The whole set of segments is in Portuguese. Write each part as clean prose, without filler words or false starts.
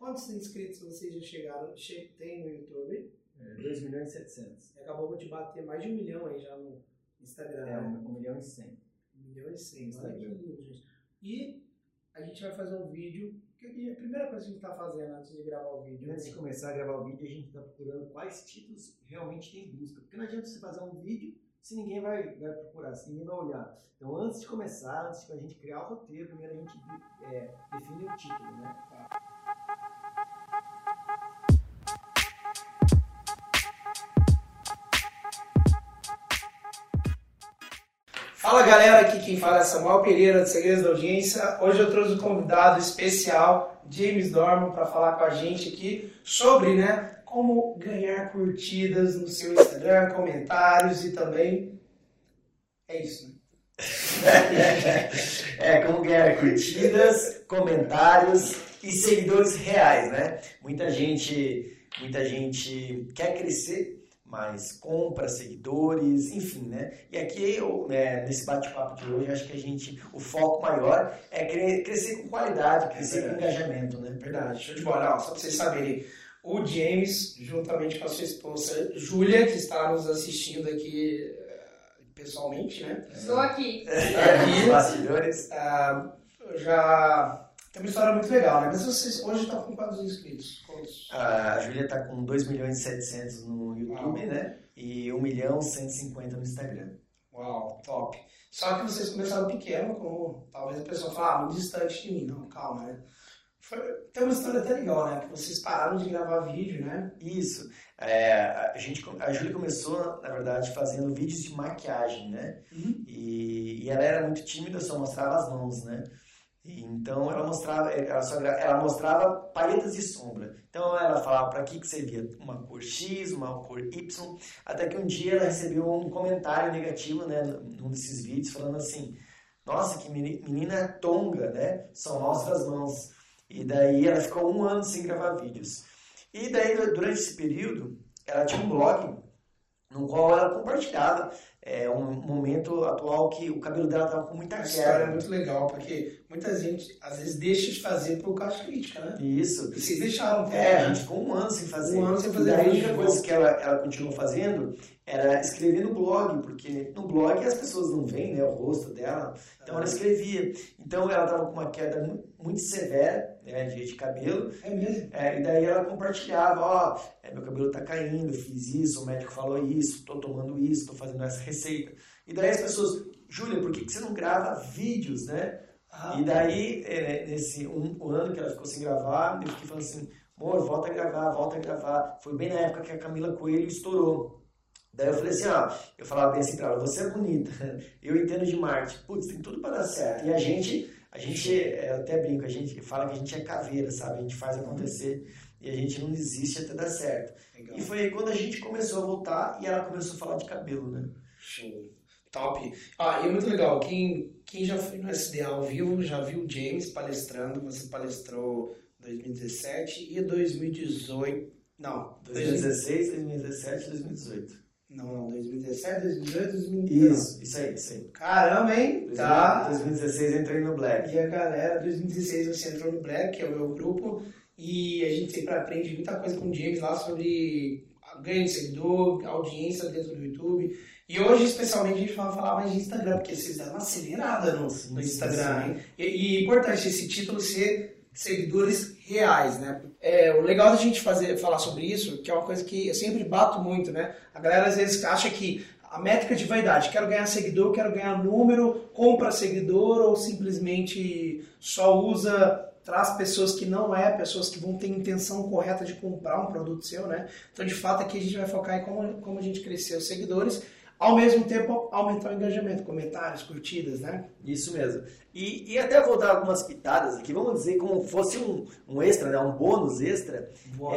Quantos inscritos vocês já chegaram? Tem no YouTube? 2.700.000. Acabou de bater mais de 1 milhão aí já no Instagram. 1.100.000. 1 milhão e 100. Olha que lindo, gente. E a gente vai fazer um vídeo. A primeira coisa que a gente está fazendo antes de gravar o vídeo. Antes de começar a gravar o vídeo, a gente está procurando quais títulos realmente tem busca. Porque não adianta você fazer um vídeo se ninguém vai procurar, se ninguém vai olhar. Então, antes de começar, antes de a gente criar o roteiro, primeiro a gente define o título, né? Fala galera, aqui quem fala é Samuel Pereira do Segredos da Audiência. Hoje eu trouxe um convidado especial, James Dorman, para falar com a gente aqui sobre, como ganhar curtidas no seu Instagram, comentários e também é isso, né? Como ganhar curtidas, comentários e seguidores reais, né? Muita gente quer crescer, mas compra seguidores, enfim, né? E aqui, nesse bate-papo de hoje, acho que o foco maior é crescer com qualidade, crescer com engajamento, né? Verdade, show de bola. Só para vocês saberem, o James, juntamente com a sua esposa Júlia, que está nos assistindo aqui pessoalmente, né? Estou aqui. Aqui, bastidores. Já tem uma história muito legal, né? Mas vocês hoje estão com quantos inscritos? A Júlia está com 2.700.000 no YouTube, né? E 1.150.000 no Instagram. Uau, top. Só que vocês começaram pequeno, como talvez a pessoa fale, muito distante de mim. Não, calma, né? Tem uma história até legal, né? Que vocês pararam de gravar vídeo, né? Isso. A Júlia começou, na verdade, fazendo vídeos de maquiagem, né? Uhum. E ela era muito tímida, só mostrava as mãos, né? Então ela mostrava paletas de sombra. Então ela falava para que servia uma cor X, uma cor Y, até que um dia ela recebeu um comentário negativo, né, num desses vídeos, falando assim: nossa, que menina tonga, né? Só mostra as mãos. E daí ela ficou 1 ano sem gravar vídeos. E daí, durante esse período, ela tinha um blog no qual ela compartilhava um momento atual que o cabelo dela estava com muita queda. Essa história é muito legal, porque muita gente, às vezes, deixa de fazer por causa de crítica, né? Isso. E vocês deixaram. A gente ficou 1 ano sem fazer. 1 ano sem fazer. E daí, a única coisa que ela continuou fazendo era escrever no blog, porque no blog as pessoas não veem, né, o rosto dela. Então ela escrevia. Então ela estava com uma queda muito severa, né, de cabelo. É mesmo? E daí ela compartilhava: meu cabelo está caindo, fiz isso, o médico falou isso, estou tomando isso, estou fazendo essa receita. E daí as pessoas: Júlia, por que você não grava vídeos, né? E daí, nesse um ano que ela ficou sem gravar, eu fiquei falando assim: amor, volta a gravar. Foi bem na época que a Camila Coelho estourou. Daí eu falei assim, eu falava bem assim pra ela: você é bonita, eu entendo de marketing, putz, tem tudo pra dar certo. E a gente, eu até brinco, a gente fala que a gente é caveira, sabe? A gente faz acontecer e a gente não desiste até dar certo. Legal. E foi aí quando a gente começou a voltar e ela começou a falar de cabelo, né? Show. Top. E é muito legal, quem já foi no SDA ao vivo, já viu o James palestrando. Você palestrou em 2017 e 2018. Não, 2016, 2017 2018. Não, 2017, 2018, 2018. Isso aí. Caramba, hein? 2016 eu entrei no Black. E a galera, 2016 você entrou no Black, que é o meu grupo, e a gente sempre aprende muita coisa com o James lá sobre ganho de seguidor, audiência dentro do YouTube. E hoje, especialmente, a gente vai falar mais de Instagram, porque vocês deram uma acelerada no Instagram, hein? E é importante esse título ser seguidores reais, né? O legal da gente falar sobre isso, que é uma coisa que eu sempre bato muito, né? A galera às vezes acha que a métrica de vaidade, quero ganhar seguidor, quero ganhar número, compra seguidor, ou simplesmente só traz pessoas que pessoas que vão ter intenção correta de comprar um produto seu, né? Então, de fato, aqui a gente vai focar em como a gente crescer os seguidores, ao mesmo tempo aumentar o engajamento, comentários, curtidas, né? Isso mesmo. E até vou dar algumas pitadas aqui, vamos dizer como fosse um extra, né? Um bônus extra.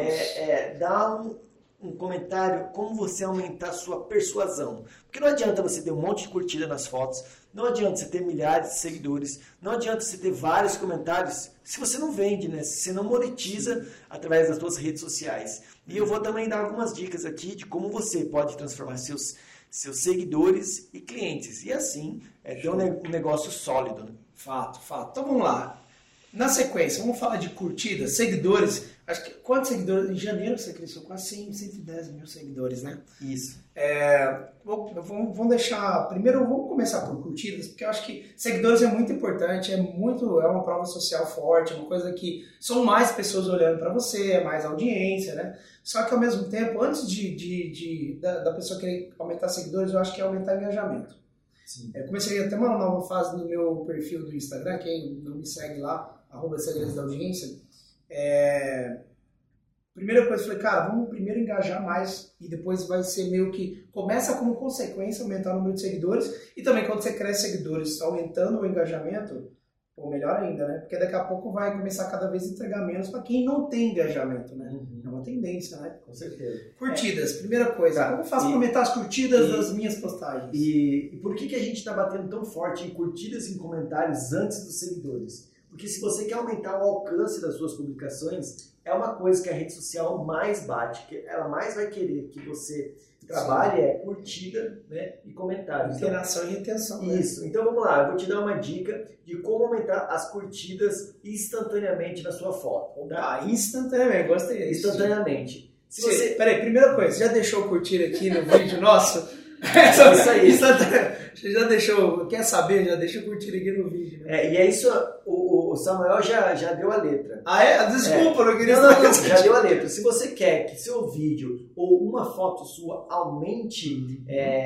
Dar um comentário, como você aumentar a sua persuasão. Porque não adianta você ter um monte de curtida nas fotos, não adianta você ter milhares de seguidores, não adianta você ter vários comentários se você não vende, né? Se você não monetiza através das suas redes sociais. E eu vou também dar algumas dicas aqui de como você pode transformar seus seguidores e clientes. E assim, ter um negócio sólido. Né? Fato. Então vamos lá. Na sequência, vamos falar de curtidas, seguidores. Acho que quantos seguidores? Em janeiro você cresceu quase 110 mil seguidores, né? Isso. Vamos deixar... Primeiro, vamos começar por curtidas, porque eu acho que seguidores é muito importante, é uma prova social forte, é uma coisa que são mais pessoas olhando para você, é mais audiência, né? Só que ao mesmo tempo, antes da pessoa querer aumentar seguidores, eu acho que é aumentar engajamento. Eu comecei até uma nova fase no meu perfil do Instagram, quem não me segue lá, @segredos da audiência. Primeira coisa, eu falei, cara, vamos primeiro engajar mais e depois vai ser meio que... Começa como consequência aumentar o número de seguidores e também quando você cresce seguidores aumentando o engajamento, ou melhor ainda, né? Porque daqui a pouco vai começar cada vez a entregar menos para quem não tem engajamento, né? É uma tendência, né? Com certeza. Curtidas, primeira coisa. Como eu faço para aumentar as curtidas das minhas postagens? E por que a gente está batendo tão forte em curtidas e em comentários antes dos seguidores? Porque se você quer aumentar o alcance das suas publicações, é uma coisa que a rede social mais bate, que ela mais vai querer que você trabalhe, é curtida, né, e comentários. Interação e retenção. Isso. Né? Então vamos lá, eu vou te dar uma dica de como aumentar as curtidas instantaneamente na sua foto. Tá? Instantaneamente, gostei disso. Instantaneamente. Peraí, primeira coisa, já deixou curtir aqui no vídeo nosso? Isso aí. Você já deixou, quer saber? Já deixa eu curtir aqui no vídeo. Né? E é isso, o Samuel já deu a letra. Ah, é? Desculpa, não queria saber. Não, já deu a letra. Se você quer que seu vídeo ou uma foto sua aumente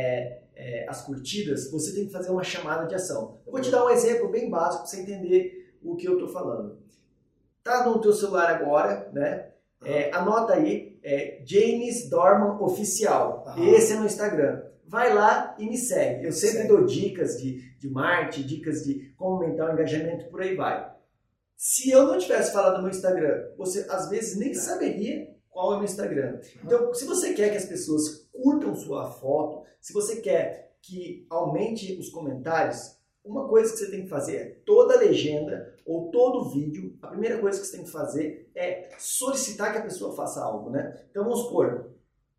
as curtidas, você tem que fazer uma chamada de ação. Eu vou te dar um exemplo bem básico para você entender o que eu estou falando. Tá no teu celular agora, né? Anota aí, James Dorman Oficial. Esse é no Instagram. Vai lá e me segue. Eu sempre dou dicas de marketing, dicas de como aumentar o engajamento, por aí vai. Se eu não tivesse falado no meu Instagram, você às vezes nem saberia qual é o meu Instagram. Então, se você quer que as pessoas curtam sua foto, se você quer que aumente os comentários, uma coisa que você tem que fazer é toda legenda ou todo vídeo, a primeira coisa que você tem que fazer é solicitar que a pessoa faça algo, né? Então vamos supor,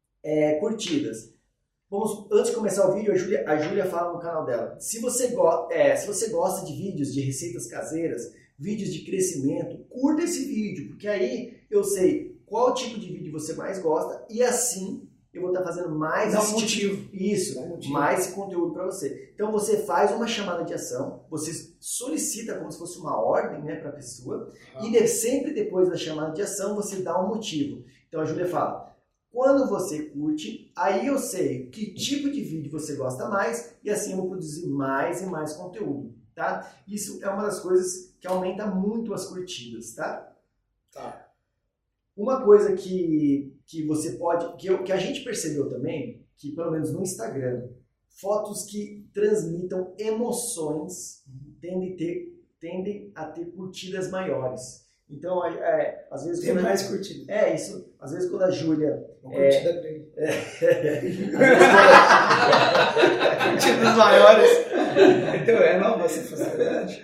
curtidas. Antes de começar o vídeo, a Júlia fala no canal dela. Se você gosta de vídeos de receitas caseiras, vídeos de crescimento, curta esse vídeo, porque aí eu sei qual tipo de vídeo você mais gosta e assim eu vou estar fazendo mais mais esse conteúdo para você. Então você faz uma chamada de ação, você solicita como se fosse uma ordem, né, para a pessoa e sempre depois da chamada de ação você dá um motivo. Então a Júlia fala, quando você curte, aí eu sei que tipo de vídeo você gosta mais e assim eu vou produzir mais e mais conteúdo, tá? Isso é uma das coisas que aumenta muito as curtidas, tá? Tá. Uma coisa que você pode, que a gente percebeu também, que pelo menos no Instagram, fotos que transmitam emoções tendem a ter curtidas maiores. Então, às vezes... Tem mais curtida. Isso. Às vezes quando a Júlia... Uma curtida grande. Curtidas maiores. Então, não, você faz verdade.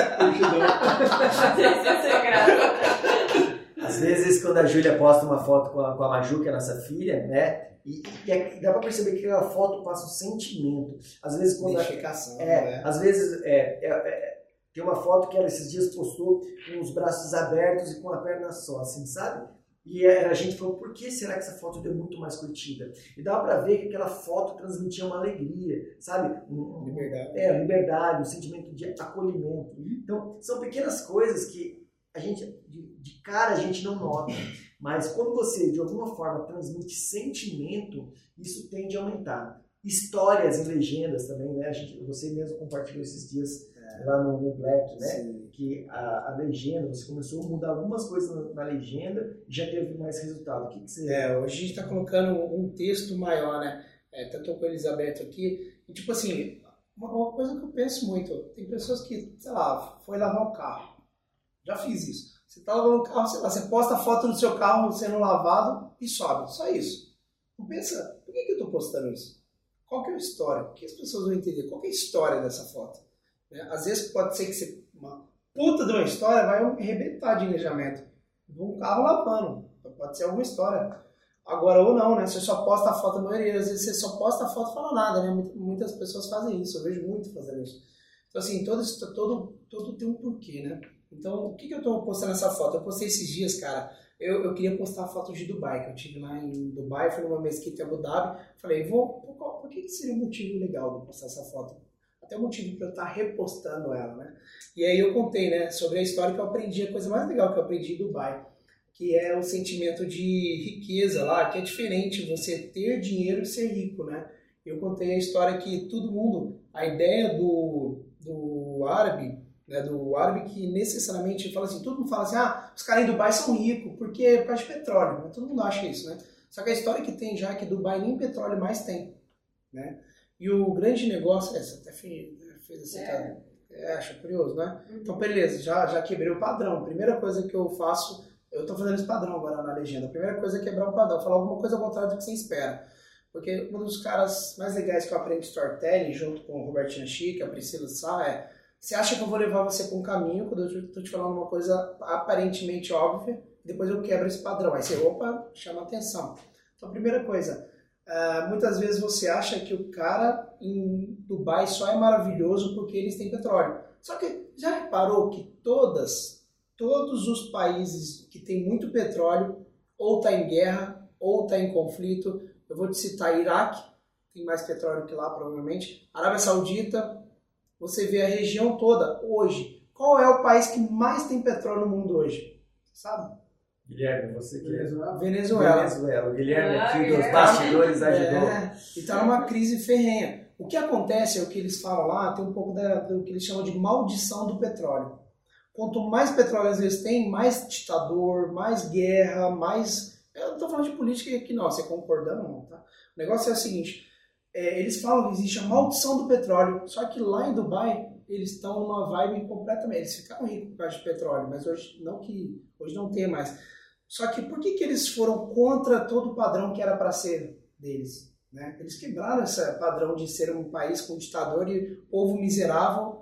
Às vezes quando a Júlia posta uma foto com a Maju, que é a nossa filha, né? E dá pra perceber que aquela foto passa um sentimento. Às vezes quando... Identificação, né? Às vezes... Tem uma foto que ela esses dias postou com os braços abertos e com a perna só, assim, sabe? E a gente falou, por que será que essa foto deu muito mais curtida? E dava pra ver que aquela foto transmitia uma alegria, sabe? Liberdade. Liberdade, um sentimento de acolhimento. Então, são pequenas coisas que a gente, de cara, a gente não nota. Mas quando você, de alguma forma, transmite sentimento, isso tende a aumentar. Histórias e legendas também, né? Você mesmo compartilhou esses dias lá no Black, né? Sim. Que a legenda, você começou a mudar algumas coisas na legenda e já teve mais resultado. O que você... hoje a gente está colocando um texto maior, né? Tanto com a Elizabeth aqui, e tipo assim, uma coisa que eu penso muito, tem pessoas que, sei lá, foi lavar o carro. Já fiz isso. Você tá lavando o carro, sei lá, você posta a foto do seu carro sendo lavado e sobe. Só isso. Não pensa, por que eu estou postando isso? Qual que é a história? O que as pessoas vão entender? Qual que é a história dessa foto? Às vezes pode ser que uma puta de uma história vai arrebentar de engajamento. De um carro lavando. Pode ser alguma história. Agora, ou não, né? Você só posta a foto, a maioria, às vezes você só posta a foto e fala nada, né? Muitas pessoas fazem isso, eu vejo muito fazendo isso. Então, assim, todo tem um porquê, né? Então, o que eu tô postando essa foto? Eu postei esses dias, cara, eu queria postar fotos de Dubai, que eu tive lá em Dubai, fui numa mesquita em Abu Dhabi, falei, por que seria um motivo legal de postar essa foto? Até o motivo para eu estar repostando ela, né? E aí eu contei, né, sobre a história que eu aprendi, a coisa mais legal que eu aprendi em Dubai, que é o sentimento de riqueza lá, que é diferente você ter dinheiro e ser rico, né? Eu contei a história que todo mundo, a ideia do árabe, né, do árabe que necessariamente fala assim, todo mundo fala assim, os caras em Dubai são ricos porque é por causa de petróleo, né? Todo mundo acha isso, né? Só que a história que tem já é que Dubai nem petróleo mais tem, né? E o grande negócio, você até fez assim, acho curioso, né? Então, beleza, já quebrei o padrão. Primeira coisa que eu faço, eu tô fazendo esse padrão agora na legenda, a primeira coisa é quebrar o padrão, falar alguma coisa ao contrário do que você espera. Porque um dos caras mais legais que eu aprendi storytelling, junto com o Robertinho Chica, a Priscila Sá, você acha que eu vou levar você para um caminho, quando eu estou te falando uma coisa aparentemente óbvia, depois eu quebro esse padrão. Aí você, chama atenção. Então, primeira coisa, muitas vezes você acha que o cara em Dubai só é maravilhoso porque eles têm petróleo. Só que já reparou que todos os países que têm muito petróleo, ou está em guerra, ou está em conflito. Eu vou te citar Iraque, tem mais petróleo que lá provavelmente. Arábia Saudita, você vê a região toda hoje. Qual é o país que mais tem petróleo no mundo hoje? Sabe? Guilherme, você que Venezuela. O Guilherme aqui dos bastidores ajudou. E está numa crise ferrenha. O que acontece é o que eles falam lá, tem um pouco do que eles chamam de maldição do petróleo. Quanto mais petróleo às vezes tem, mais ditador, mais guerra, mais... Eu não estou falando de política aqui não, você concordando não, tá? O negócio é o seguinte, eles falam que existe a maldição do petróleo, só que lá em Dubai eles estão numa vibe completamente, eles ficaram ricos por causa de petróleo, mas hoje não tem mais. Só que por que eles foram contra todo o padrão que era para ser deles? Né? Eles quebraram esse padrão de ser um país com ditador e povo miserável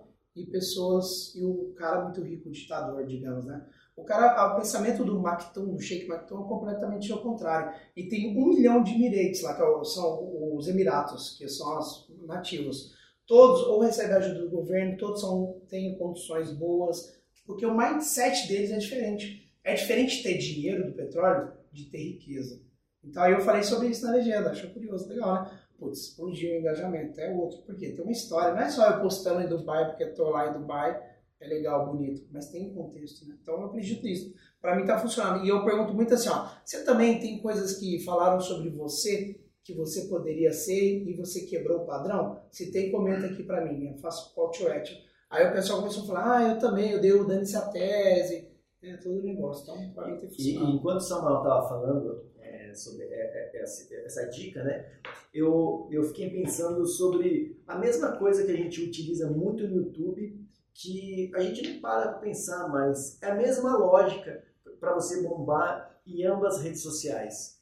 e o cara muito rico, ditador, digamos, né? O pensamento do Maktoum, do Sheikh Maktoum, é completamente ao contrário. E tem 1 milhão de Emirates lá, que são os Emiratos, que são os nativos. Todos ou recebem ajuda do governo, todos têm condições boas, porque o mindset deles é diferente. É diferente ter dinheiro do petróleo de ter riqueza. Então aí eu falei sobre isso na legenda, achou curioso, legal, né? Putz, explodiu o engajamento, é outro, porque tem uma história, não é só eu postando em Dubai porque estou lá em Dubai, é legal, bonito, mas tem um contexto, né? Então eu acredito nisso. Para mim tá funcionando. E eu pergunto muito assim, você também tem coisas que falaram sobre você, que você poderia ser e você quebrou o padrão? Se tem, comenta aqui para mim, eu faço call to action. Aí o pessoal começou a falar, eu também, eu dane-se a tese, todo o negócio. Então, para mim tem funcionado. E enquanto o Samuel estava falando sobre essa dica, né? Eu fiquei pensando sobre a mesma coisa que a gente utiliza muito no YouTube, que a gente não para para pensar, mas é a mesma lógica para você bombar em ambas as redes sociais.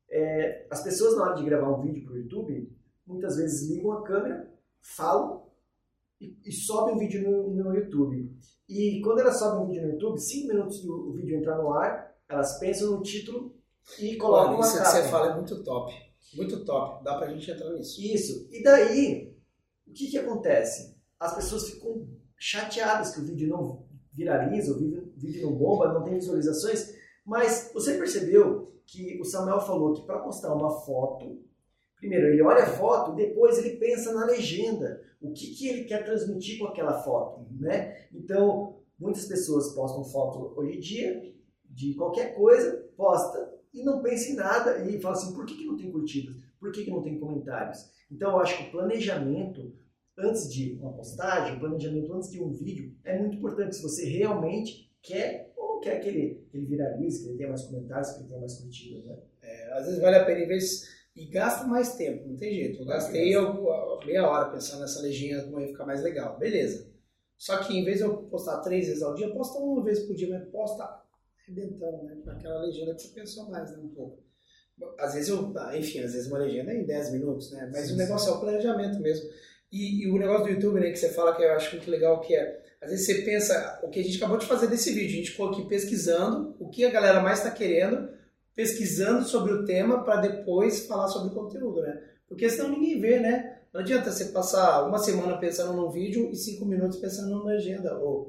As pessoas, na hora de gravar um vídeo para o YouTube, muitas vezes ligam a câmera, falam e sobem um vídeo no YouTube. E quando elas sobem um vídeo no YouTube, 5 minutos do vídeo entrar no ar, elas pensam no título e colocam uma capa. Isso que você fala é muito top. Muito top. Dá pra gente entrar nisso. Isso. E daí, o que acontece? As pessoas ficam chateadas que o vídeo não viraliza, o vídeo não bomba, não tem visualizações, mas você percebeu que o Samuel falou que para postar uma foto, primeiro ele olha a foto, depois ele pensa na legenda, o que ele quer transmitir com aquela foto, né? Então, muitas pessoas postam foto hoje em dia, de qualquer coisa, posta e não pensa em nada e fala assim, por que não tem curtidas? Por que não tem comentários? Então, eu acho que o planejamento antes de uma postagem, planejamento antes de um vídeo, é muito importante se você realmente quer ou quer que ele viralize, que ele tenha mais comentários, que ele tenha mais curtidas, né? Às vezes vale a pena, e gasta mais tempo, não tem jeito. Eu gastei meia hora pensando nessa legenda, como ia ficar mais legal. Beleza. Só que em vez de eu postar 3 vezes ao dia, eu posto 1 vez por dia, mas posta arrebentando, né? Com aquela legenda que você pensou mais, né? Um pouco. Às vezes às vezes uma legenda é em 10 minutos, né? Mas o negócio é o planejamento mesmo. E o negócio do YouTube, né, que você fala que eu acho muito legal, que às vezes você pensa, o que a gente acabou de fazer desse vídeo, a gente ficou aqui pesquisando o que a galera mais está querendo, pesquisando sobre o tema para depois falar sobre o conteúdo, né? Porque senão ninguém vê, né? Não adianta você passar uma semana pensando num vídeo e 5 minutos pensando numa legenda, ou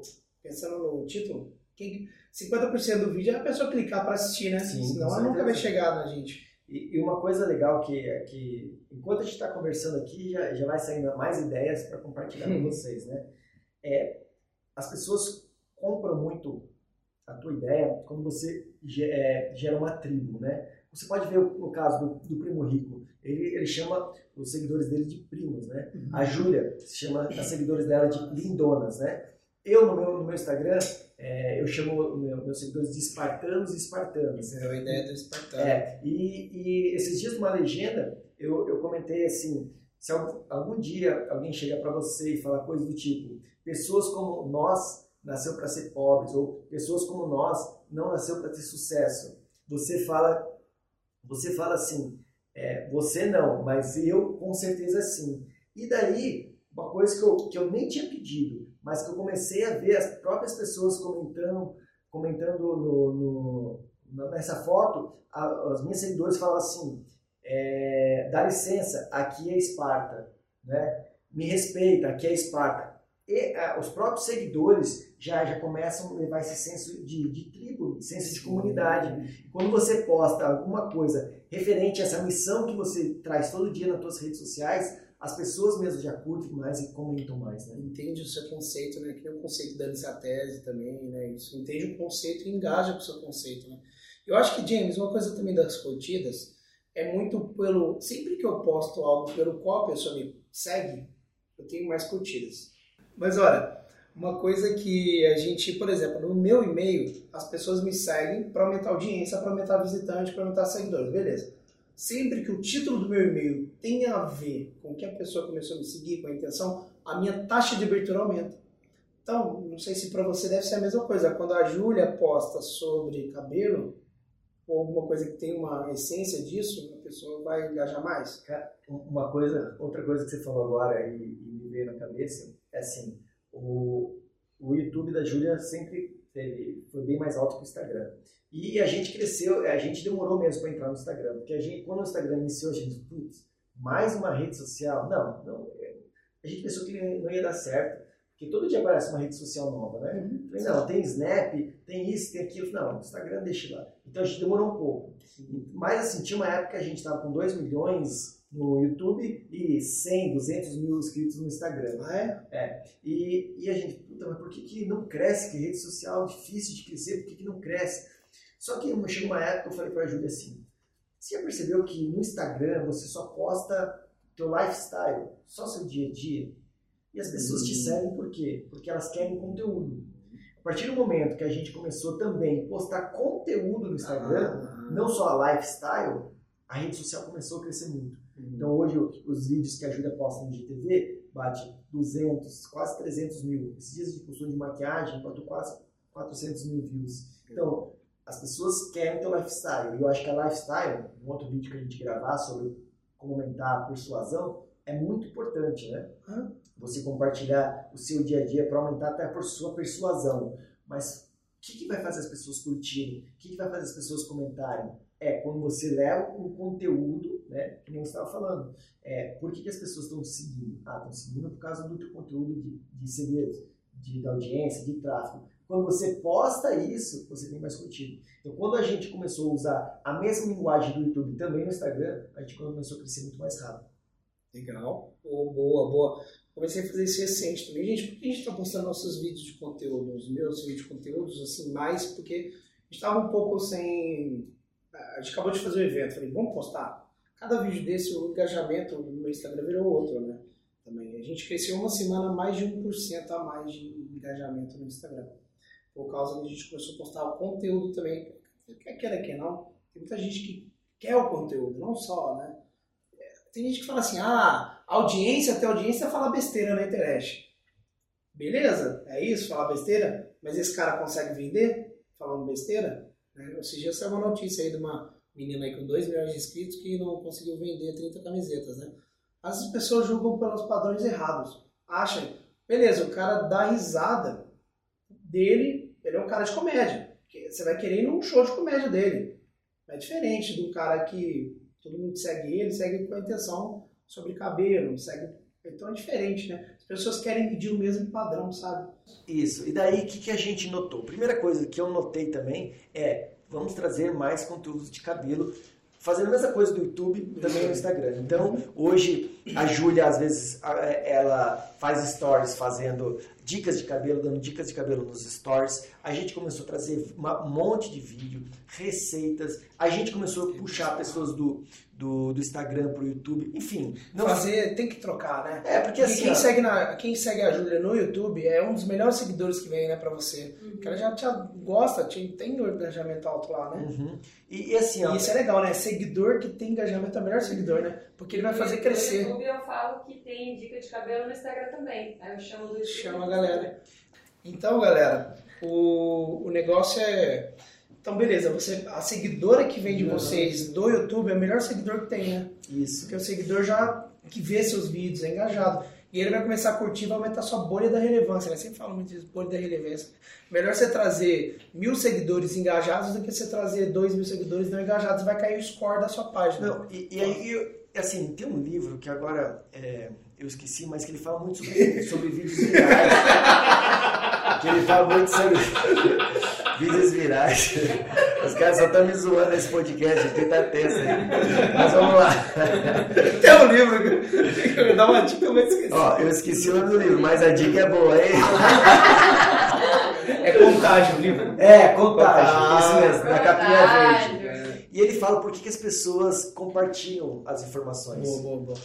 pensando no título, 50% do vídeo é a pessoa clicar para assistir, né? Sim, senão ela nunca vai chegar na gente. E uma coisa legal que enquanto a gente está conversando aqui, já vai saindo mais ideias para compartilhar com vocês, né? As pessoas compram muito a tua ideia quando você gera uma tribo, né? Você pode ver no caso do Primo Rico, ele chama os seguidores dele de primos, né? A Júlia chama os seguidores dela de lindonas, né? Eu, no meu Instagram, eu chamo meus seguidores de espartanos e espartanas. É a ideia do espartano. E esses dias numa legenda, eu comentei assim, se algum dia alguém chega para você e fala coisa do tipo, pessoas como nós nasceu para ser pobres, ou pessoas como nós não nasceu para ter sucesso. Você fala assim, você não, mas eu com certeza sim. E daí, uma coisa que eu nem tinha pedido, mas que eu comecei a ver as próprias pessoas comentando nessa foto, as minhas seguidores falam assim, dá licença, aqui é Esparta, né? Me respeita, aqui é Esparta. E os próprios seguidores já começam a levar esse senso de tribo, senso de comunidade. E quando você posta alguma coisa referente a essa missão que você traz todo dia nas suas redes sociais, as pessoas mesmo já curtem mais e comentam mais, né? Entende o seu conceito, né? Que é o conceito da tese também, né? Isso, entende o conceito e engaja com o seu conceito, né? Eu acho que, James, uma coisa também das curtidas é muito pelo... Sempre que eu posto algo pelo qual a pessoa me segue, eu tenho mais curtidas. Mas olha, uma coisa que a gente, por exemplo, no meu e-mail, as pessoas me seguem para aumentar a audiência, para aumentar visitante, para aumentar seguidores, beleza. Sempre que o título do meu e-mail tem a ver com o que a pessoa começou a me seguir, com a intenção, a minha taxa de abertura aumenta. Então, não sei se para você deve ser a mesma coisa. Quando a Júlia posta sobre cabelo, ou alguma coisa que tem uma essência disso, a pessoa vai engajar mais. Cara, outra coisa que você falou agora e me veio na cabeça, é assim, o YouTube da Júlia sempre foi bem mais alto que o Instagram. E a gente cresceu, a gente demorou mesmo para entrar no Instagram, porque quando o Instagram iniciou, a gente, putz, mais uma rede social? Não, a gente pensou que não ia dar certo, porque todo dia aparece uma rede social nova, né? Falei, não, tem Snap, tem isso, tem aquilo. Não, o Instagram deixa lá. Então a gente demorou um pouco. Mas assim, tinha uma época que a gente estava com 2 milhões no YouTube e 100, 200 mil inscritos no Instagram. Ah, é? E a gente, puta, mas por que não cresce? Que rede social difícil de crescer, por que não cresce? Só que chegou uma época que eu falei para a Júlia assim, você já percebeu que no Instagram você só posta teu lifestyle, só seu dia a dia? E as pessoas te seguem por quê? Porque elas querem conteúdo. A partir do momento que a gente começou também a postar conteúdo no Instagram, não só a lifestyle, a rede social começou a crescer muito. Então hoje os vídeos que a Júlia posta no GTV bate 200, quase 300 mil. Esses dias de postura de maquiagem bateu quase 400 mil views. Então as pessoas querem ter o lifestyle. E eu acho que a lifestyle, um outro vídeo que a gente gravar sobre como aumentar a persuasão, é muito importante, né? Você compartilhar o seu dia a dia para aumentar até a sua persuasão. Mas o que vai fazer as pessoas curtirem? O que vai fazer as pessoas comentarem? Quando você leva o conteúdo, né? Que nem você estava falando. Por que as pessoas estão te seguindo? Estão seguindo por causa do teu conteúdo de segredos, de audiência, de tráfego. Quando você posta isso, você tem mais curtido. Então, quando a gente começou a usar a mesma linguagem do YouTube também no Instagram, a gente começou a crescer muito mais rápido. Legal. Boa. Comecei a fazer isso recente também. Gente, por que a gente está postando nossos vídeos de conteúdo, os meus vídeos de conteúdos, assim, mais? Porque a gente estava um pouco sem... A gente acabou de fazer um evento, falei, vamos postar? Cada vídeo desse, o engajamento no meu Instagram virou outro, né? Também. A gente cresceu uma semana mais de 1% a mais de engajamento no Instagram. Por causa que a gente começou a postar o conteúdo também. Quer não? Tem muita gente que quer o conteúdo, não só, né? Tem gente que fala assim, até audiência fala besteira na internet. Beleza, é isso, falar besteira? Mas esse cara consegue vender falando besteira? Esses dias saiu uma notícia aí de uma menina aí com 2 milhões de inscritos que não conseguiu vender 30 camisetas, né? As pessoas julgam pelos padrões errados. Acham, beleza, o cara dá risada dele, ele é um cara de comédia. Você vai querer ir num show de comédia dele. É diferente do cara que todo mundo segue ele, segue com a intenção sobre cabelo, segue... Então é diferente, né? As pessoas querem pedir o mesmo padrão, sabe? Isso. E daí, o que a gente notou? Primeira coisa que eu notei também vamos trazer mais conteúdos de cabelo, fazendo a mesma coisa do YouTube, também no Instagram. Então, hoje, a Júlia, às vezes, ela faz stories fazendo dicas de cabelo, dando dicas de cabelo nos stories. A gente começou a trazer um monte de vídeo, receitas. A gente começou a puxar pessoas do Instagram pro YouTube. Enfim. Tem que trocar, né? Porque assim... Quem segue a Júlia no YouTube é um dos melhores seguidores que vem, né, pra você. Porque ela já gosta, tem o engajamento alto lá, né? Uhum. E assim... E isso é legal, né? Seguidor que tem engajamento é o melhor seguidor, né? Porque ele vai fazer crescer. No YouTube eu falo que tem dica de cabelo no Instagram também. Aí eu chamo do YouTube. Chama a galera. Então, galera, o negócio é... Então, beleza, a seguidora que vem de vocês do YouTube é o melhor seguidor que tem, né? Isso. Porque o seguidor que vê seus vídeos, é engajado. E ele vai começar a curtir, vai aumentar a sua bolha da relevância, né? Sempre falo muito disso, bolha da relevância. Melhor você trazer 1.000 seguidores engajados do que você trazer 2.000 seguidores não engajados, vai cair o score da sua página. Não, e aí, assim, tem um livro que agora eu esqueci, mas que ele fala muito sobre vídeos virais. Que ele fala muito sobre vídeos virais. Os caras só estão me zoando nesse podcast, aqui tá tenso aí. Mas vamos lá. Tem um livro, eu dar uma dica, eu vou esquecer. Ó, eu esqueci o nome do livro, mas a dica é boa, hein? É Contágio o livro? Contágio. Isso mesmo, da capinha verde. E ele fala por que as pessoas compartilham as informações. Boa.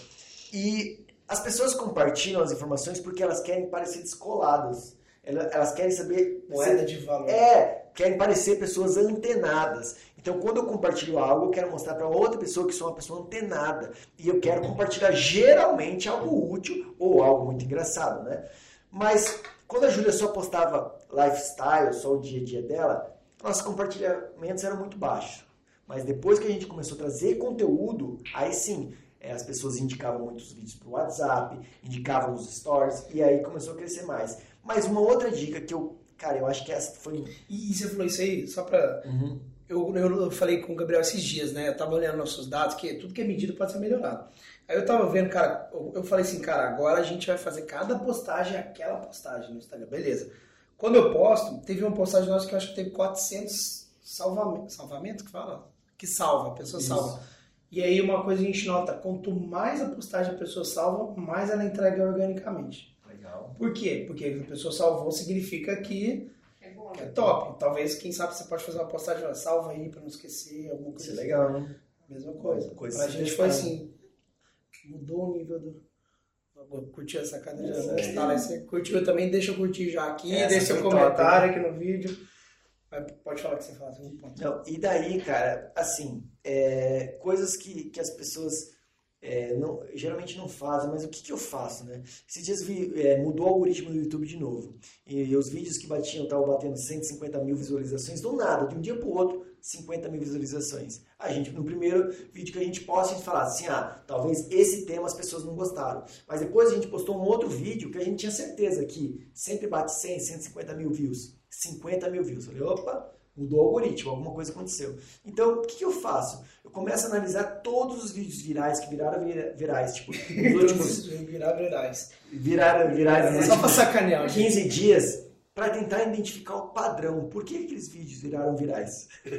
E as pessoas compartilham as informações porque elas querem parecer descoladas. Elas querem saber... Moeda de valor. Querem parecer pessoas antenadas. Então, quando eu compartilho algo, eu quero mostrar para outra pessoa que sou uma pessoa antenada. E eu quero compartilhar, geralmente, algo útil ou algo muito engraçado, né? Mas, quando a Júlia só postava lifestyle, só o dia a dia dela, nossos compartilhamentos eram muito baixos. Mas depois que a gente começou a trazer conteúdo, aí sim... as pessoas indicavam muitos vídeos pro WhatsApp, indicavam os stories, e aí começou a crescer mais. Mas uma outra dica que eu acho que essa foi... E você falou isso aí, só pra... Uhum. Eu falei com o Gabriel esses dias, né? Eu tava olhando nossos dados, que tudo que é medido pode ser melhorado. Aí eu tava vendo, cara, eu falei assim, cara, agora a gente vai fazer cada postagem, aquela postagem no Instagram, beleza. Quando eu posto, teve uma postagem nossa que eu acho que teve 400 salvamentos que fala? Que salva, a pessoa salva. E aí uma coisa a gente nota, quanto mais a postagem a pessoa salva, mais ela entrega organicamente. Legal. Por quê? Porque a pessoa salvou significa que é top. Talvez, quem sabe, você pode fazer uma postagem, salva aí pra não esquecer, alguma coisa. Isso é legal, né? Mesma coisa. Pra assim, gente foi assim, mudou o nível do... Curtiu essa sacada já? Você curtiu também? Deixa eu curtir já aqui, deixa seu comentário aqui no vídeo. Pode falar o que você faz. Não, e daí, cara, assim, coisas que as pessoas geralmente não fazem, mas o que eu faço, né? Esses dias mudou o algoritmo do YouTube de novo. E os vídeos que estavam batendo 150 mil visualizações, do nada, de um dia pro outro, 50 mil visualizações. No primeiro vídeo que a gente posta, a gente fala assim, talvez esse tema as pessoas não gostaram. Mas depois a gente postou um outro vídeo que a gente tinha certeza que sempre bate 100, 150 mil views. 50 mil views. Eu falei, opa, mudou o algoritmo, alguma coisa aconteceu. Então, o que eu faço? Eu começo a analisar todos os vídeos virais que viraram virais. Tipo, nos últimos... Viraram virais. Só pra sacanear. 15 dias, para tentar identificar o padrão. Por que aqueles vídeos viraram virais? Por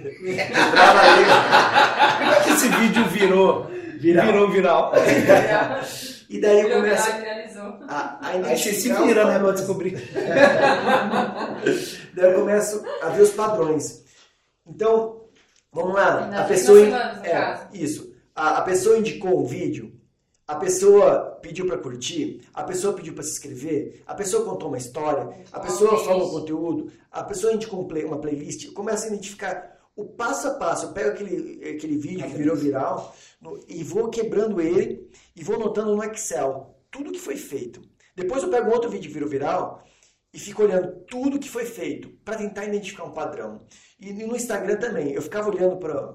que esse vídeo virou viral? E daí eu começo a identificar. Aí você se vira, né, pra descobrir. Daí eu começo a ver os padrões. Então, vamos lá. A pessoa... Isso. A pessoa indicou um vídeo, a pessoa pediu para curtir, a pessoa pediu para se inscrever, a pessoa contou uma história, a pessoa falou um conteúdo, a pessoa indicou uma playlist. Eu começo a identificar o passo a passo. Eu pego aquele vídeo que virou viral e vou quebrando ele e vou anotando no Excel tudo que foi feito. Depois eu pego outro vídeo que virou viral e fico olhando tudo que foi feito para tentar identificar um padrão. E no Instagram também. Eu ficava olhando para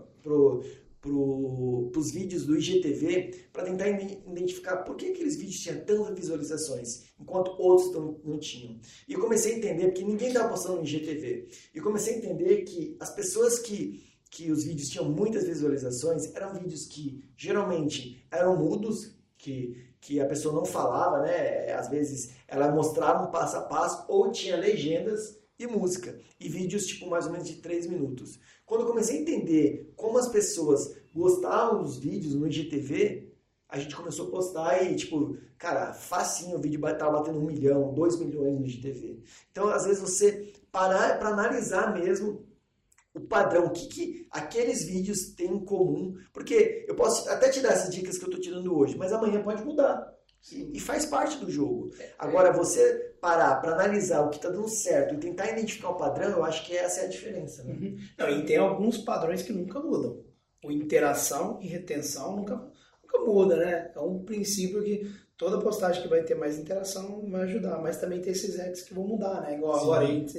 os vídeos do IGTV para tentar identificar por que aqueles vídeos tinham tantas visualizações, enquanto outros não tinham. E eu comecei a entender, porque ninguém estava postando no IGTV, e eu comecei a entender que as pessoas que os vídeos tinham muitas visualizações eram vídeos que geralmente eram mudos, que a pessoa não falava, né? Às vezes ela mostrava um passo a passo ou tinha legendas e música. E vídeos tipo mais ou menos de 3 minutos. Quando eu comecei a entender como as pessoas gostavam dos vídeos no IGTV, a gente começou a postar e, tipo, cara, facinho o vídeo tava batendo 1 milhão, 2 milhões no IGTV. Então, às vezes, você parar para analisar mesmo o padrão, o que aqueles vídeos têm em comum. Porque eu posso até te dar essas dicas que eu tô te dando hoje, mas amanhã pode mudar. E faz parte do jogo. Agora, você parar para analisar o que está dando certo e tentar identificar o padrão, eu acho que essa é a diferença. Né? Uhum. Não, e tem alguns padrões que nunca mudam. O interação e retenção nunca muda, né? É um princípio que toda postagem que vai ter mais interação vai ajudar, mas também tem esses hacks que vão mudar, né? Igual agora,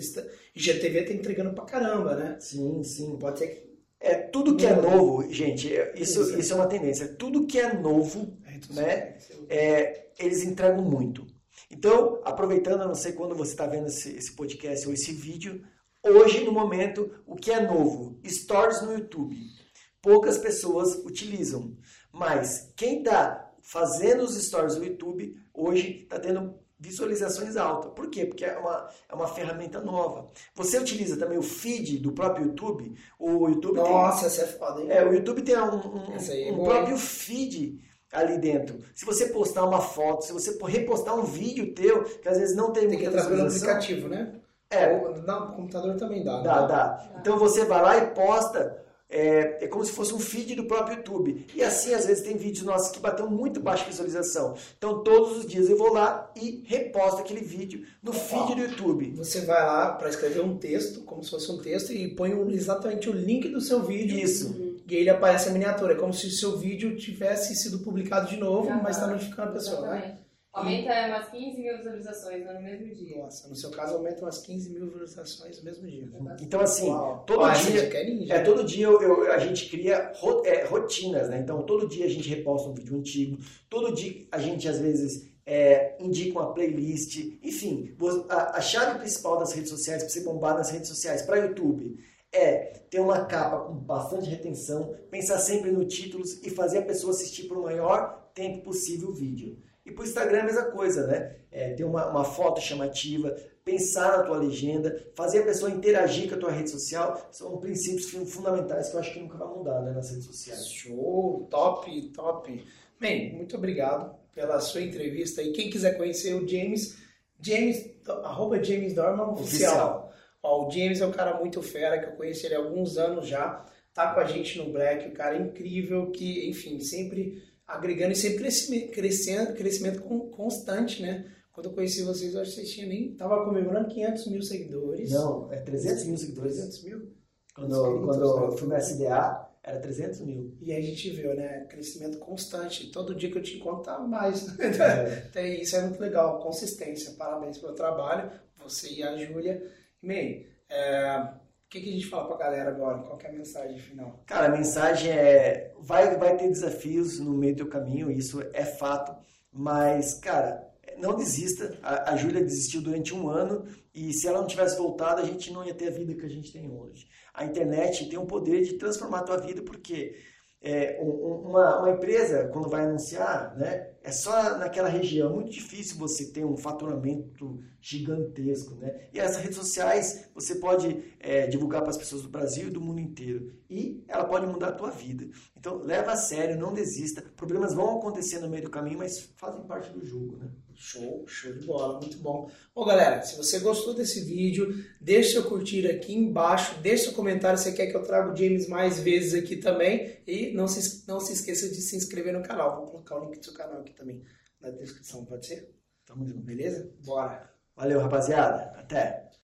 IGTV tá entregando pra caramba, né? Sim, sim. Pode ser que... Tudo que é novo, gente, isso é uma tendência. Tudo que é novo, né? Eles entregam muito. Então, aproveitando, eu não sei quando você está vendo esse podcast ou esse vídeo, hoje, no momento, o que é novo? Stories no YouTube. Poucas pessoas utilizam. Mas quem está fazendo os stories no YouTube, hoje está tendo visualizações altas. Por quê? Porque é uma ferramenta nova. Você utiliza também o feed do próprio YouTube? O YouTube Nossa, essa é foda, hein? O YouTube tem um próprio feed ali dentro. Se você postar uma foto, se você repostar um vídeo teu, que às vezes não tem que entrar pelo aplicativo, né? Não, o computador também dá. Dá. Então você vai lá e posta. É como se fosse um feed do próprio YouTube. E assim, às vezes, tem vídeos nossos que bateu muito baixa visualização. Então, todos os dias eu vou lá e reposto aquele vídeo no feed do YouTube. Você vai lá para escrever um texto, como se fosse um texto, e põe exatamente o link do seu vídeo. Isso. E aí ele aparece a miniatura. É como se o seu vídeo tivesse sido publicado de novo, mas está notificando a pessoa, né? Aumenta umas 15 mil visualizações no mesmo dia. Nossa, no seu caso aumenta umas 15 mil visualizações no mesmo dia. Então assim, todo dia a gente cria rotinas, né? Então todo dia a gente reposta um vídeo antigo, todo dia a gente às vezes indica uma playlist, enfim, a chave principal das redes sociais, para você bombar nas redes sociais, para YouTube, ter uma capa com bastante retenção, pensar sempre no títulos e fazer a pessoa assistir por o maior tempo possível o vídeo. E para o Instagram é a mesma coisa, né? Ter uma foto chamativa, pensar na tua legenda, fazer a pessoa interagir com a tua rede social, são princípios fundamentais que eu acho que nunca vai mudar, né, nas redes sociais. Show, top. Bem, muito obrigado pela sua entrevista. E quem quiser conhecer o James @James Dorman oficial. O James é um cara muito fera, que eu conheci ele há alguns anos já, tá com a gente no Black, um cara incrível que, enfim, sempre agregando e sempre crescimento constante, né? Quando eu conheci vocês, eu acho que vocês tava comemorando 500 mil seguidores. Não, 300 mil seguidores. 300 mil? Quando eu fui no SDA, era 300 mil. E a gente viu, né? Crescimento constante. Todo dia que eu te encontro, tá mais. Isso é muito legal. Consistência. Parabéns pelo trabalho. Você e a Júlia. Bem, o que a gente fala pra galera agora? Qual que é a mensagem final? Cara, a mensagem vai ter desafios no meio do teu caminho, isso é fato, mas, cara, não desista. A Júlia desistiu durante 1 ano e se ela não tivesse voltado, a gente não ia ter a vida que a gente tem hoje. A internet tem o poder de transformar a tua vida, porque uma empresa, quando vai anunciar, né, é só naquela região. É muito difícil você ter um faturamento gigantesco, né? E essas redes sociais você pode divulgar para as pessoas do Brasil e do mundo inteiro. E ela pode mudar a tua vida. Então, leva a sério, não desista. Problemas vão acontecer no meio do caminho, mas fazem parte do jogo, né? Show de bola, muito bom. Bom, galera, se você gostou desse vídeo, deixa seu curtir aqui embaixo, deixa seu comentário se você quer que eu traga o James mais vezes aqui também, e não se esqueça de se inscrever no canal. Vou colocar o link do seu canal aqui também na descrição, pode ser? Tamo junto. Beleza? Bora! Valeu, rapaziada. Até!